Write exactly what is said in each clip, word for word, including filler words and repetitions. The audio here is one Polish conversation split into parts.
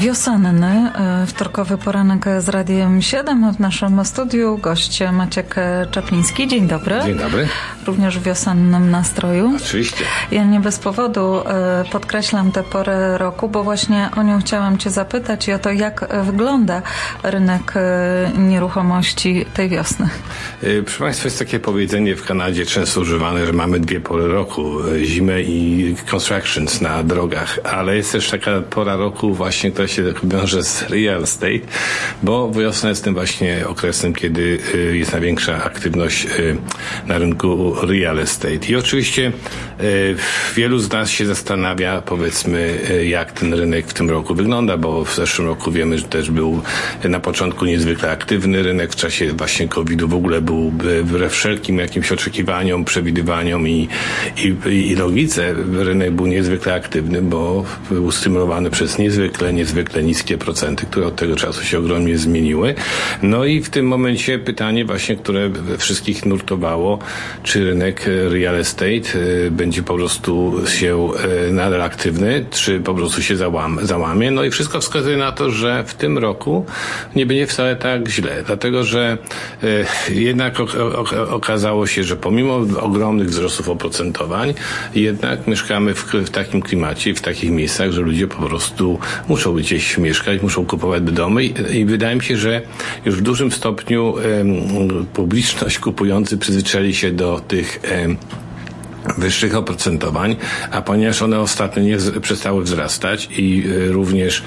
Wiosenny, wtorkowy poranek z Radiem siedem. W naszym studiu gość Maciek Czapliński. Dzień dobry. Dzień dobry. Również w wiosennym nastroju. Oczywiście. Ja nie bez powodu podkreślam tę porę roku, bo właśnie o nią chciałam Cię zapytać i o to, jak wygląda rynek nieruchomości tej wiosny. Proszę Państwa, jest takie powiedzenie w Kanadzie często używane, że mamy dwie pory roku, zimę i constructions na drogach, ale jest też taka pora roku właśnie, która się wiąże z real estate, bo wiosna jest tym właśnie okresem, kiedy jest największa aktywność na rynku real estate. I oczywiście wielu z nas się zastanawia, powiedzmy, jak ten rynek w tym roku wygląda, bo w zeszłym roku wiemy, że też był na początku niezwykle aktywny rynek, w czasie właśnie kowida w ogóle był wbrew wszelkim jakimś oczekiwaniom, przewidywaniom i, i, i logice, rynek był niezwykle aktywny, bo był stymulowany przez niezwykle, niezwykle niskie procenty, które od tego czasu się ogromnie zmieniły. No i w tym momencie pytanie właśnie, które wszystkich nurtowało, czy rynek real estate będzie po prostu się nadal aktywny, czy po prostu się załam, załamie. No i wszystko wskazuje na to, że w tym roku nie będzie wcale tak źle, dlatego że jednak okazało się, że pomimo ogromnych wzrostów oprocentowań, jednak mieszkamy w, w takim klimacie, w takich miejscach, że ludzie po prostu muszą gdzieś mieszkać, muszą kupować domy i, i wydaje mi się, że już w dużym stopniu um, publiczność, kupujący przyzwyczaili się do tych um, wyższych oprocentowań, a ponieważ one ostatnio nie z, przestały wzrastać i y, również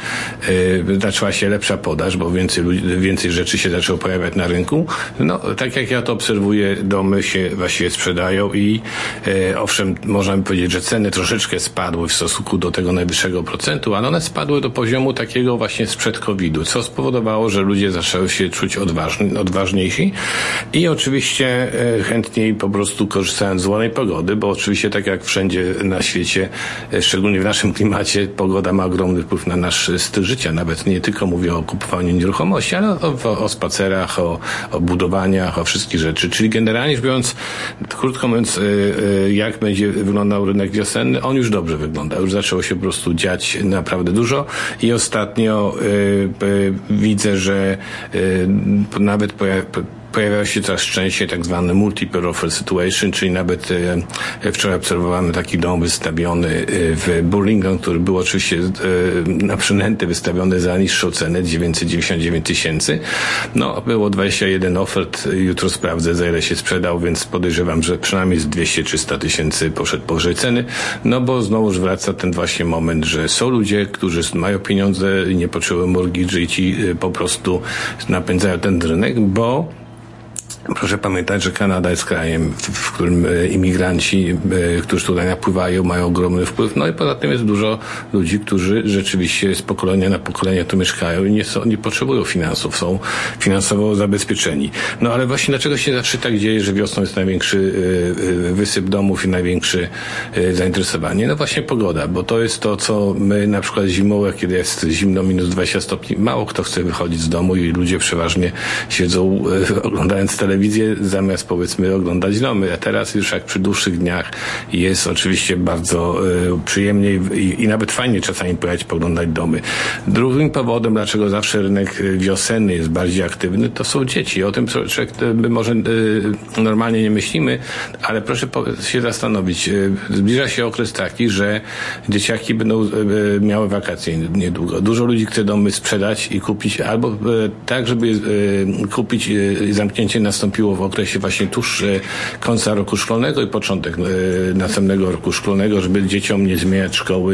y, zaczęła się lepsza podaż, bo więcej, więcej rzeczy się zaczęło pojawiać na rynku, no tak jak ja to obserwuję, domy się właściwie sprzedają i y, owszem, można by powiedzieć, że ceny troszeczkę spadły w stosunku do tego najwyższego procentu, ale one spadły do poziomu takiego właśnie sprzed kowida, co spowodowało, że ludzie zaczęły się czuć odważni, odważniejsi i oczywiście y, chętniej po prostu korzystając z ładnej pogody, bo oczywiście tak jak wszędzie na świecie, szczególnie w naszym klimacie, pogoda ma ogromny wpływ na nasz styl życia. Nawet nie tylko mówię o kupowaniu nieruchomości, ale o, o, o spacerach, o, o budowaniach, o wszystkich rzeczy. Czyli generalnie rzecz biorąc, krótko mówiąc, jak będzie wyglądał rynek wiosenny, on już dobrze wygląda. Już zaczęło się po prostu dziać naprawdę dużo i ostatnio y, y, widzę, że y, nawet pojawi Pojawiają się coraz częściej tak zwane multiple offer situation, czyli nawet e, wczoraj obserwowałem taki dom wystawiony e, w Burlington, który był oczywiście e, na przynęty wystawiony za niższą cenę, dziewięćset dziewięćdziesiąt dziewięć tysięcy. No, było dwadzieścia jeden ofert, jutro sprawdzę, za ile się sprzedał, więc podejrzewam, że przynajmniej z dwieście trzysta tysięcy poszedł powyżej ceny, no bo znowuż wraca ten właśnie moment, że są ludzie, którzy mają pieniądze i nie potrzebują mortgage i ci e, po prostu napędzają ten rynek, bo proszę pamiętać, że Kanada jest krajem, w, w którym imigranci, którzy tutaj napływają, mają ogromny wpływ. No i poza tym jest dużo ludzi, którzy rzeczywiście z pokolenia na pokolenie tu mieszkają i nie, są, nie potrzebują finansów, są finansowo zabezpieczeni. No ale właśnie dlaczego się zawsze tak dzieje, że wiosną jest największy wysyp domów i największe zainteresowanie? No właśnie pogoda, bo to jest to, co my na przykład zimą, kiedy jest zimno minus dwadzieścia stopni, mało kto chce wychodzić z domu i ludzie przeważnie siedzą oglądając telewizję, zamiast powiedzmy oglądać domy, a teraz już jak przy dłuższych dniach jest oczywiście bardzo y, przyjemnie i, i nawet fajnie czasami pojechać poglądać domy. Drugim powodem, dlaczego zawsze rynek wiosenny jest bardziej aktywny, to są dzieci. O tym człowiek my może y, normalnie nie myślimy, ale proszę po, się zastanowić. Y, zbliża się okres taki, że dzieciaki będą y, miały wakacje niedługo. Dużo ludzi chce domy sprzedać i kupić albo y, tak, żeby y, kupić y, zamknięcie nastąpiło w okresie właśnie tuż końca roku szkolnego i początek następnego roku szkolnego, żeby dzieciom nie zmieniać szkoły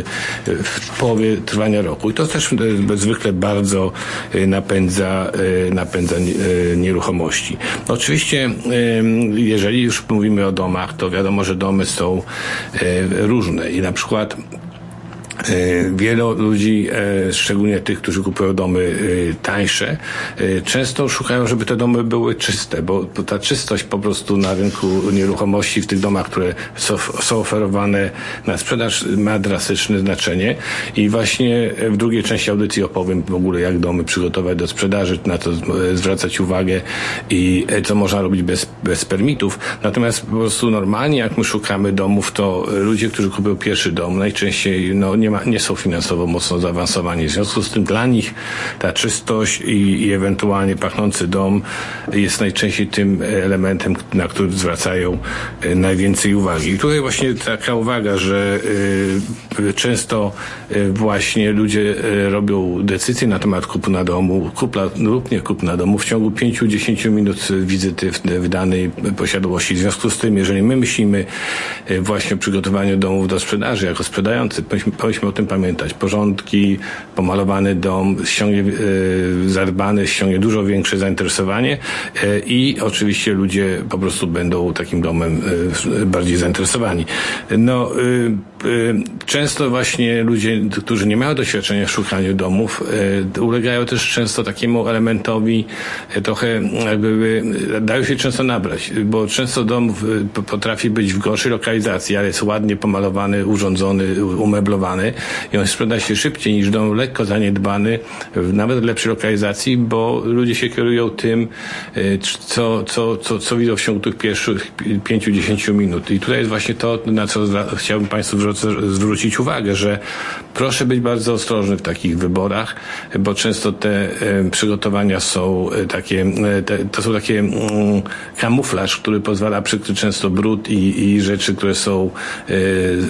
w połowie trwania roku. I to też zwykle bardzo napędza, napędza nieruchomości. Oczywiście, jeżeli już mówimy o domach, to wiadomo, że domy są różne i na przykład wielu ludzi, szczególnie tych, którzy kupują domy tańsze, często szukają, żeby te domy były czyste, bo ta czystość po prostu na rynku nieruchomości w tych domach, które są oferowane na sprzedaż, ma drastyczne znaczenie i właśnie w drugiej części audycji opowiem w ogóle, jak domy przygotować do sprzedaży, na to zwracać uwagę i co można robić bez, bez permitów. Natomiast po prostu normalnie, jak my szukamy domów, to ludzie, którzy kupują pierwszy dom, najczęściej no, nie, ma, nie są finansowo mocno zaawansowani. W związku z tym dla nich ta czystość i, i ewentualnie pachnący dom jest najczęściej tym elementem, na który zwracają najwięcej uwagi. I tutaj właśnie taka uwaga, że y, często y, właśnie ludzie y, robią decyzje na temat kupna domu, kupla lub nie kupna domu w ciągu pięć do dziesięciu minut wizyty w, w danej posiadłości. W związku z tym, jeżeli my myślimy y, właśnie o przygotowaniu domów do sprzedaży jako sprzedający, powinniśmy, powinniśmy o tym pamiętać. Porządki, pomalowany dom ściągnie, y, zadbany, ściągnie dużo większe zainteresowanie y, i oczywiście ludzie po prostu będą takim domem y, bardziej zainteresowani. No, y, y, często właśnie ludzie, którzy nie mają doświadczenia w szukaniu domów, y, ulegają też często takiemu elementowi y, trochę jakby y, dają się często nabrać, bo często dom y, potrafi być w gorszej lokalizacji, ale jest ładnie pomalowany, urządzony, umeblowany i on sprzeda się szybciej niż dom lekko zaniedbany, w nawet lepszej lokalizacji, bo ludzie się kierują tym, y, co, co, co, co widzą w ciągu tych pierwszych pięciu do dziesięciu minut. I tutaj jest właśnie to, na co chciałbym Państwu zwrócić uwagę, że proszę być bardzo ostrożny w takich wyborach, bo często te e, przygotowania są e, takie, e, te, to są takie mm, kamuflaż, który pozwala przykryć często brud i, i rzeczy, które są e, e,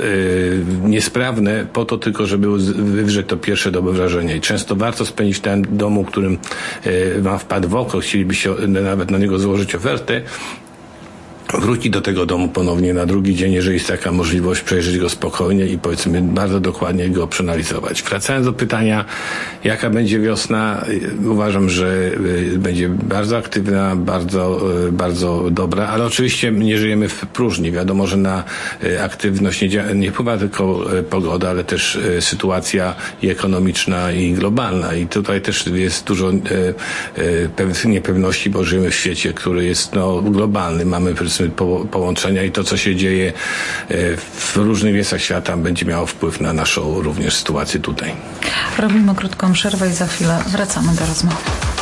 niesprawne po to tylko, żeby wywrzeć to pierwsze dobre wrażenie. I często warto spędzić ten domu, którym e, Wam wpadł w oko, chcielibyście nawet na niego złożyć ofertę, wrócić do tego domu ponownie na drugi dzień, jeżeli jest taka możliwość, przejrzeć go spokojnie i powiedzmy bardzo dokładnie go przeanalizować. Wracając do pytania, jaka będzie wiosna, uważam, że będzie bardzo aktywna, bardzo, bardzo dobra, ale oczywiście nie żyjemy w próżni. Wiadomo, że na aktywność nie, dzia- nie wpływa tylko pogoda, ale też sytuacja i ekonomiczna i globalna. I tutaj też jest dużo niepewności, bo żyjemy w świecie, który jest no, globalny. Mamy Po, połączenia i to, co się dzieje w różnych miejscach świata, będzie miało wpływ na naszą również sytuację tutaj. Robimy krótką przerwę i za chwilę wracamy do rozmowy.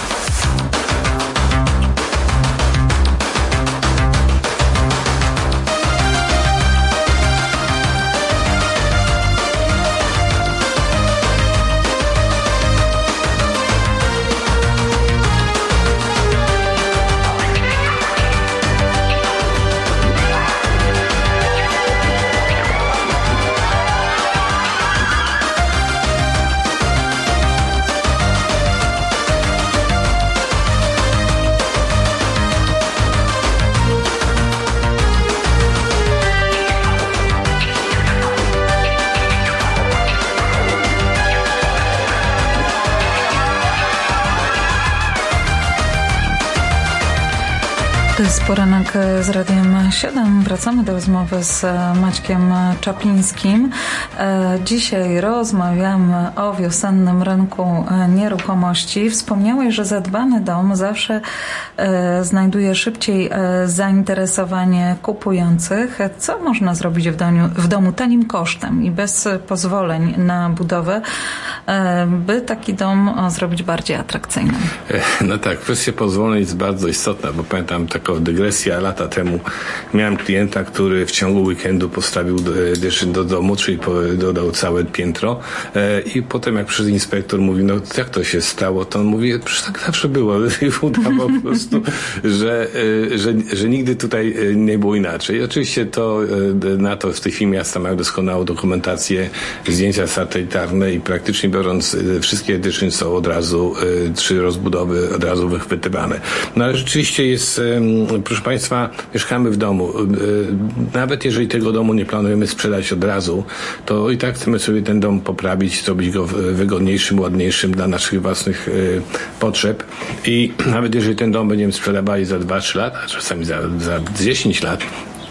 To jest poranek z Radiem siedem. Wracamy do rozmowy z Maćkiem Czaplińskim. Dzisiaj rozmawiamy o wiosennym rynku nieruchomości. Wspomniałeś, że zadbany dom zawsze znajduje szybciej zainteresowanie kupujących. Co można zrobić w domu, w domu tanim kosztem i bez pozwoleń na budowę, by taki dom zrobić bardziej atrakcyjnym? No tak, kwestia pozwoleń jest bardzo istotna, bo pamiętam taką dygresję, lata temu miałem klienta, który w ciągu weekendu postawił addition do domu, czyli dodał całe piętro i potem jak przyszedł inspektor mówi, no jak to się stało, to on mówi, przecież tak zawsze było i udawał po prostu, że, że, że nigdy tutaj nie było inaczej. Oczywiście to na to w tej chwili miasta mają doskonałą dokumentację, zdjęcia satelitarne i praktycznie biorąc wszystkie addition są od razu, trzy rozbudowy od razu wychwytywane. No ale rzeczywiście jest, proszę Państwa, mieszkamy w domu. Nawet jeżeli tego domu nie planujemy sprzedać od razu, to i tak chcemy sobie ten dom poprawić, zrobić go wygodniejszym, ładniejszym dla naszych własnych potrzeb. I nawet jeżeli ten dom będziemy sprzedawali za dwa trzy lata, czasami za, za dziesięć lat,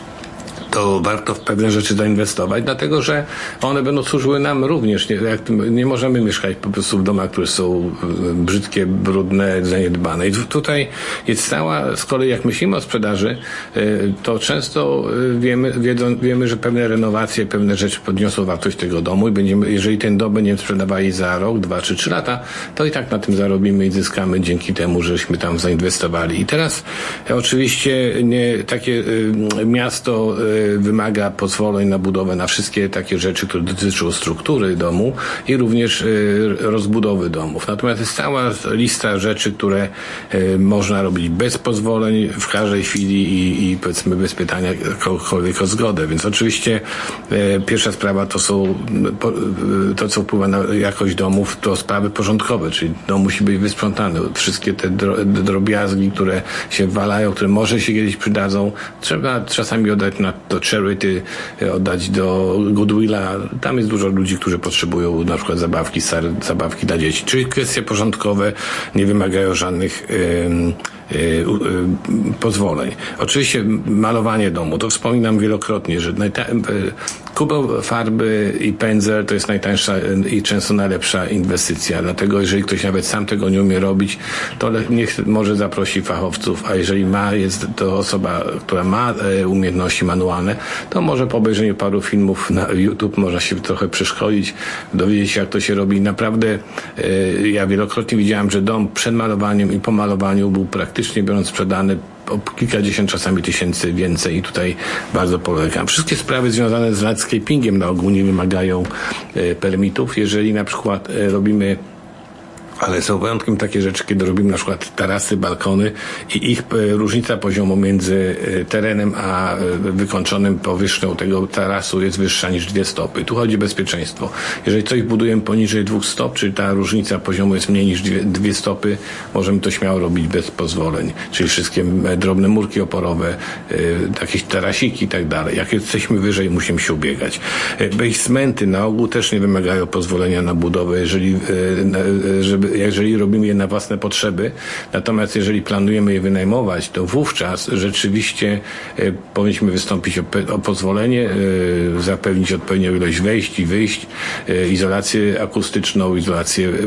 to warto w pewne rzeczy zainwestować, dlatego że one będą służyły nam również. Nie, jak, nie możemy mieszkać po prostu w domach, które są brzydkie, brudne, zaniedbane. I tutaj jest cała, z kolei jak myślimy o sprzedaży, to często wiemy, wiedzą, wiemy, że pewne renowacje, pewne rzeczy podniosą wartość tego domu i będziemy, jeżeli ten dom będziemy sprzedawali za rok, dwa czy trzy lata, to i tak na tym zarobimy i zyskamy dzięki temu, żeśmy tam zainwestowali. I teraz oczywiście nie, takie miasto wymaga pozwoleń na budowę na wszystkie takie rzeczy, które dotyczą struktury domu i również rozbudowy domów. Natomiast jest cała lista rzeczy, które można robić bez pozwoleń w każdej chwili i, i powiedzmy bez pytania kogokolwiek o zgodę. Więc oczywiście pierwsza sprawa to są to, co wpływa na jakość domów, to sprawy porządkowe, czyli dom musi być wysprzątany. Wszystkie te drobiazgi, które się walają, które może się kiedyś przydadzą, trzeba czasami oddać na, do charity, oddać do Goodwilla. Tam jest dużo ludzi, którzy potrzebują na przykład zabawki, stare zabawki dla dzieci. Czyli kwestie porządkowe nie wymagają żadnych yy, pozwoleń. Oczywiście malowanie domu, to wspominam wielokrotnie, że najta- kubeł farby i pędzel to jest najtańsza i często najlepsza inwestycja, dlatego jeżeli ktoś nawet sam tego nie umie robić, to niech może zaprosi fachowców, a jeżeli ma, jest to osoba, która ma umiejętności manualne, to może po obejrzeniu paru filmów na YouTube można się trochę przeszkolić, dowiedzieć się, jak to się robi. Naprawdę ja wielokrotnie widziałem, że dom przed malowaniem i po malowaniu był praktycznie biorąc sprzedany o kilkadziesiąt czasami tysięcy więcej i tutaj bardzo polegam. Wszystkie sprawy związane z landscapingiem na ogół nie wymagają e, permitów. Jeżeli na przykład e, robimy ale są wyjątkiem takie rzeczy, kiedy robimy na przykład tarasy, balkony i ich różnica poziomu między terenem a wykończonym powierzchnią tego tarasu jest wyższa niż dwie stopy. Tu chodzi o bezpieczeństwo. Jeżeli coś budujemy poniżej dwóch stop, czyli ta różnica poziomu jest mniej niż dwie, dwie stopy, możemy to śmiało robić bez pozwoleń. Czyli wszystkie drobne murki oporowe, jakieś tarasiki i tak dalej. Jak jesteśmy wyżej, musimy się ubiegać. Basementy na ogół też nie wymagają pozwolenia na budowę, jeżeli, żeby jeżeli robimy je na własne potrzeby. Natomiast jeżeli planujemy je wynajmować, to wówczas rzeczywiście e, powinniśmy wystąpić o, o pozwolenie, e, zapewnić odpowiednią ilość wejść i wyjść, e, izolację akustyczną, izolację e,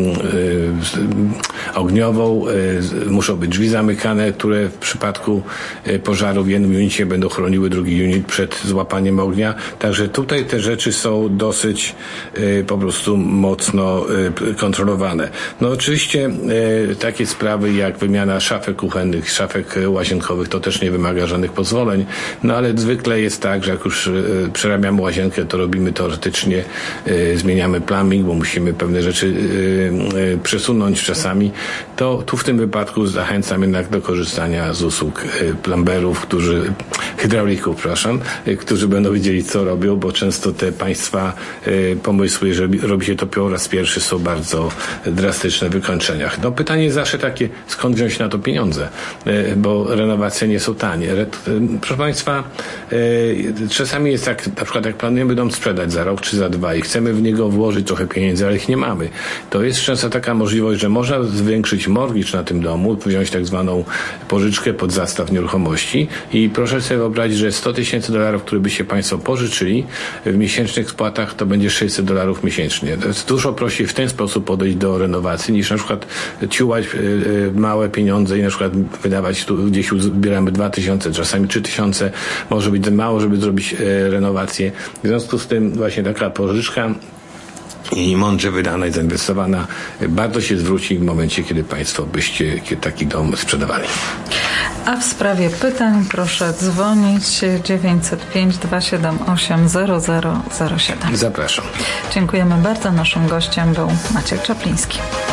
e, ogniową. E, muszą być drzwi zamykane, które w przypadku e, pożaru w jednym unicie będą chroniły drugi unit przed złapaniem ognia. Także tutaj te rzeczy są dosyć e, po prostu mocno e, kontrolowane. No oczywiście e, takie sprawy jak wymiana szafek kuchennych, szafek łazienkowych to też nie wymaga żadnych pozwoleń, no ale zwykle jest tak, że jak już e, przerabiamy łazienkę, to robimy teoretycznie, e, zmieniamy plumbing, bo musimy pewne rzeczy e, e, przesunąć czasami, to tu w tym wypadku zachęcam jednak do korzystania z usług e, plumberów, którzy, hydraulików, przepraszam, e, którzy będą wiedzieli, co robią, bo często te państwa e, pomysły, że robi się to po raz pierwszy, są bardzo drastyczne w wykończeniach. No pytanie jest zawsze takie, skąd wziąć na to pieniądze, bo renowacje nie są tanie. Proszę Państwa, czasami jest tak, na przykład jak planujemy dom sprzedać za rok czy za dwa i chcemy w niego włożyć trochę pieniędzy, ale ich nie mamy, to jest często taka możliwość, że można zwiększyć mortgage na tym domu, wziąć tak zwaną pożyczkę pod zastaw nieruchomości i proszę sobie wyobrazić, że sto tysięcy dolarów, które by się Państwo pożyczyli w miesięcznych spłatach, to będzie sześćset dolarów miesięcznie. To jest dużo prościej w ten sposób podejść do renowacji, niż na przykład ciułać y, małe pieniądze i na przykład wydawać, tu gdzieś zbieramy dwa tysiące, czasami trzy tysiące, może być za mało, żeby zrobić y, renowację. W związku z tym właśnie taka pożyczka i mądrze wydana i zainwestowana bardzo się zwróci w momencie, kiedy Państwo byście taki dom sprzedawali. A w sprawie pytań proszę dzwonić dziewięćset pięć, dwieście siedem osiem, zero zero zero siedem. Zapraszam. Dziękujemy bardzo. Naszym gościem był Maciek Czapliński.